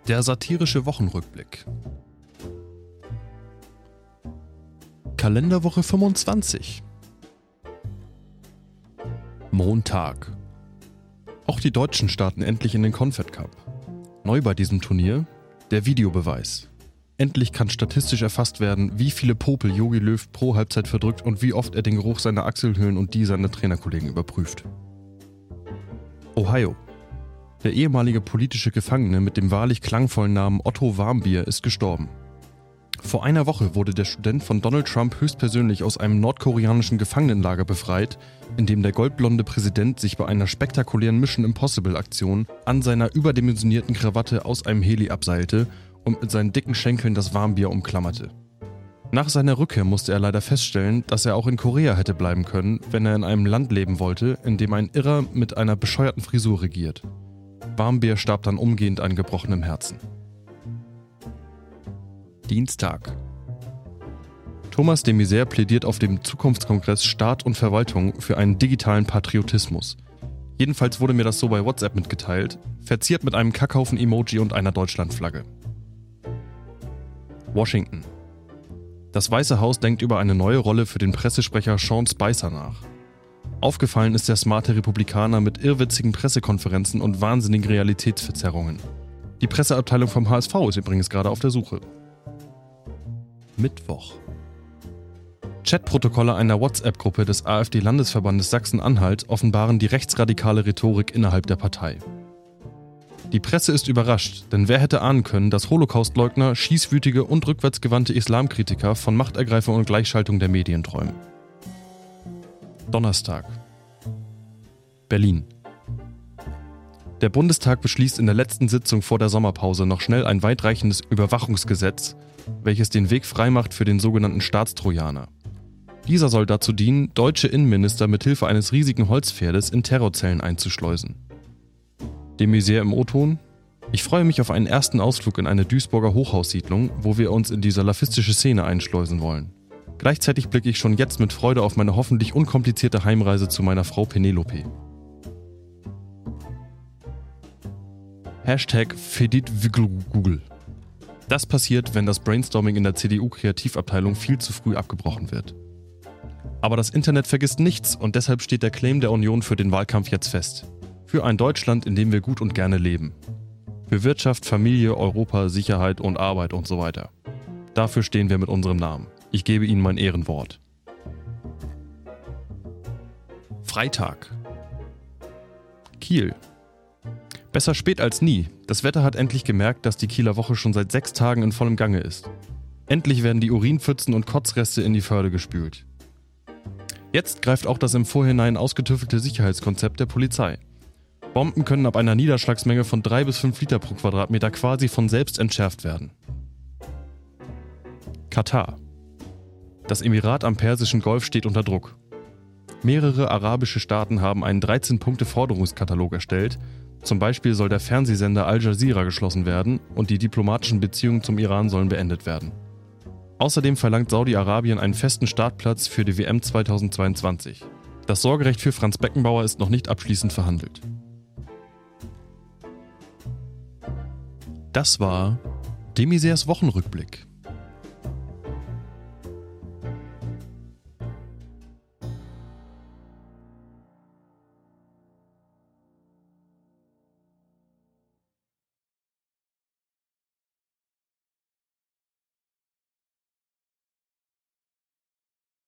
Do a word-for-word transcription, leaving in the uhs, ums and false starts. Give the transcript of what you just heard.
Der satirische Wochenrückblick. Kalenderwoche fünfundzwanzig. Montag. Auch die Deutschen starten endlich in den Confed Cup. Neu bei diesem Turnier der Videobeweis. Endlich kann statistisch erfasst werden, wie viele Popel Jogi Löw pro Halbzeit verdrückt und wie oft er den Geruch seiner Achselhöhlen und die seiner Trainerkollegen überprüft. Ohio. Der ehemalige politische Gefangene mit dem wahrlich klangvollen Namen Otto Warmbier ist gestorben. Vor einer Woche wurde der Student von Donald Trump höchstpersönlich aus einem nordkoreanischen Gefangenenlager befreit, in dem der goldblonde Präsident sich bei einer spektakulären Mission Impossible-Aktion an seiner überdimensionierten Krawatte aus einem Heli abseilte und mit seinen dicken Schenkeln das Warmbier umklammerte. Nach seiner Rückkehr musste er leider feststellen, dass er auch in Korea hätte bleiben können, wenn er in einem Land leben wollte, in dem ein Irrer mit einer bescheuerten Frisur regiert. Warmbier starb dann umgehend an gebrochenem Herzen. Dienstag. Thomas de Maizière plädiert auf dem Zukunftskongress Staat und Verwaltung für einen digitalen Patriotismus. Jedenfalls wurde mir das so bei WhatsApp mitgeteilt, verziert mit einem Kackhaufen-Emoji und einer Deutschlandflagge. Washington. Das Weiße Haus denkt über eine neue Rolle für den Pressesprecher Sean Spicer nach. Aufgefallen ist der smarte Republikaner mit irrwitzigen Pressekonferenzen und wahnsinnigen Realitätsverzerrungen. Die Presseabteilung vom H S V ist übrigens gerade auf der Suche. Mittwoch. Chatprotokolle einer WhatsApp-Gruppe des AfD-Landesverbandes Sachsen-Anhalt offenbaren die rechtsradikale Rhetorik innerhalb der Partei. Die Presse ist überrascht, denn wer hätte ahnen können, dass Holocaustleugner, schießwütige und rückwärtsgewandte Islamkritiker von Machtergreifung und Gleichschaltung der Medien träumen. Donnerstag. Berlin. Der Bundestag beschließt in der letzten Sitzung vor der Sommerpause noch schnell ein weitreichendes Überwachungsgesetz, welches den Weg freimacht für den sogenannten Staatstrojaner. Dieser soll dazu dienen, deutsche Innenminister mithilfe eines riesigen Holzpferdes in Terrorzellen einzuschleusen. De Maizière im O-Ton: Ich freue mich auf einen ersten Ausflug in eine Duisburger Hochhaussiedlung, wo wir uns in die salafistische Szene einschleusen wollen. Gleichzeitig blicke ich schon jetzt mit Freude auf meine hoffentlich unkomplizierte Heimreise zu meiner Frau Penelope. Hashtag FeditWiggleGoogle. Das passiert, wenn das Brainstorming in der C D U-Kreativabteilung viel zu früh abgebrochen wird. Aber das Internet vergisst nichts und deshalb steht der Claim der Union für den Wahlkampf jetzt fest. Für ein Deutschland, in dem wir gut und gerne leben. Für Wirtschaft, Familie, Europa, Sicherheit und Arbeit und so weiter. Dafür stehen wir mit unserem Namen. Ich gebe Ihnen mein Ehrenwort. Freitag. Kiel. Besser spät als nie. Das Wetter hat endlich gemerkt, dass die Kieler Woche schon seit sechs Tagen in vollem Gange ist. Endlich werden die Urinpfützen und Kotzreste in die Förde gespült. Jetzt greift auch das im Vorhinein ausgetüftelte Sicherheitskonzept der Polizei. Bomben können ab einer Niederschlagsmenge von drei bis fünf Liter pro Quadratmeter quasi von selbst entschärft werden. Katar. Das Emirat am Persischen Golf steht unter Druck. Mehrere arabische Staaten haben einen dreizehn-Punkte-Forderungskatalog erstellt. Zum Beispiel soll der Fernsehsender Al Jazeera geschlossen werden und die diplomatischen Beziehungen zum Iran sollen beendet werden. Außerdem verlangt Saudi-Arabien einen festen Startplatz für die W M zweitausendzweiundzwanzig. Das Sorgerecht für Franz Beckenbauer ist noch nicht abschließend verhandelt. Das war de Maizières Wochenrückblick.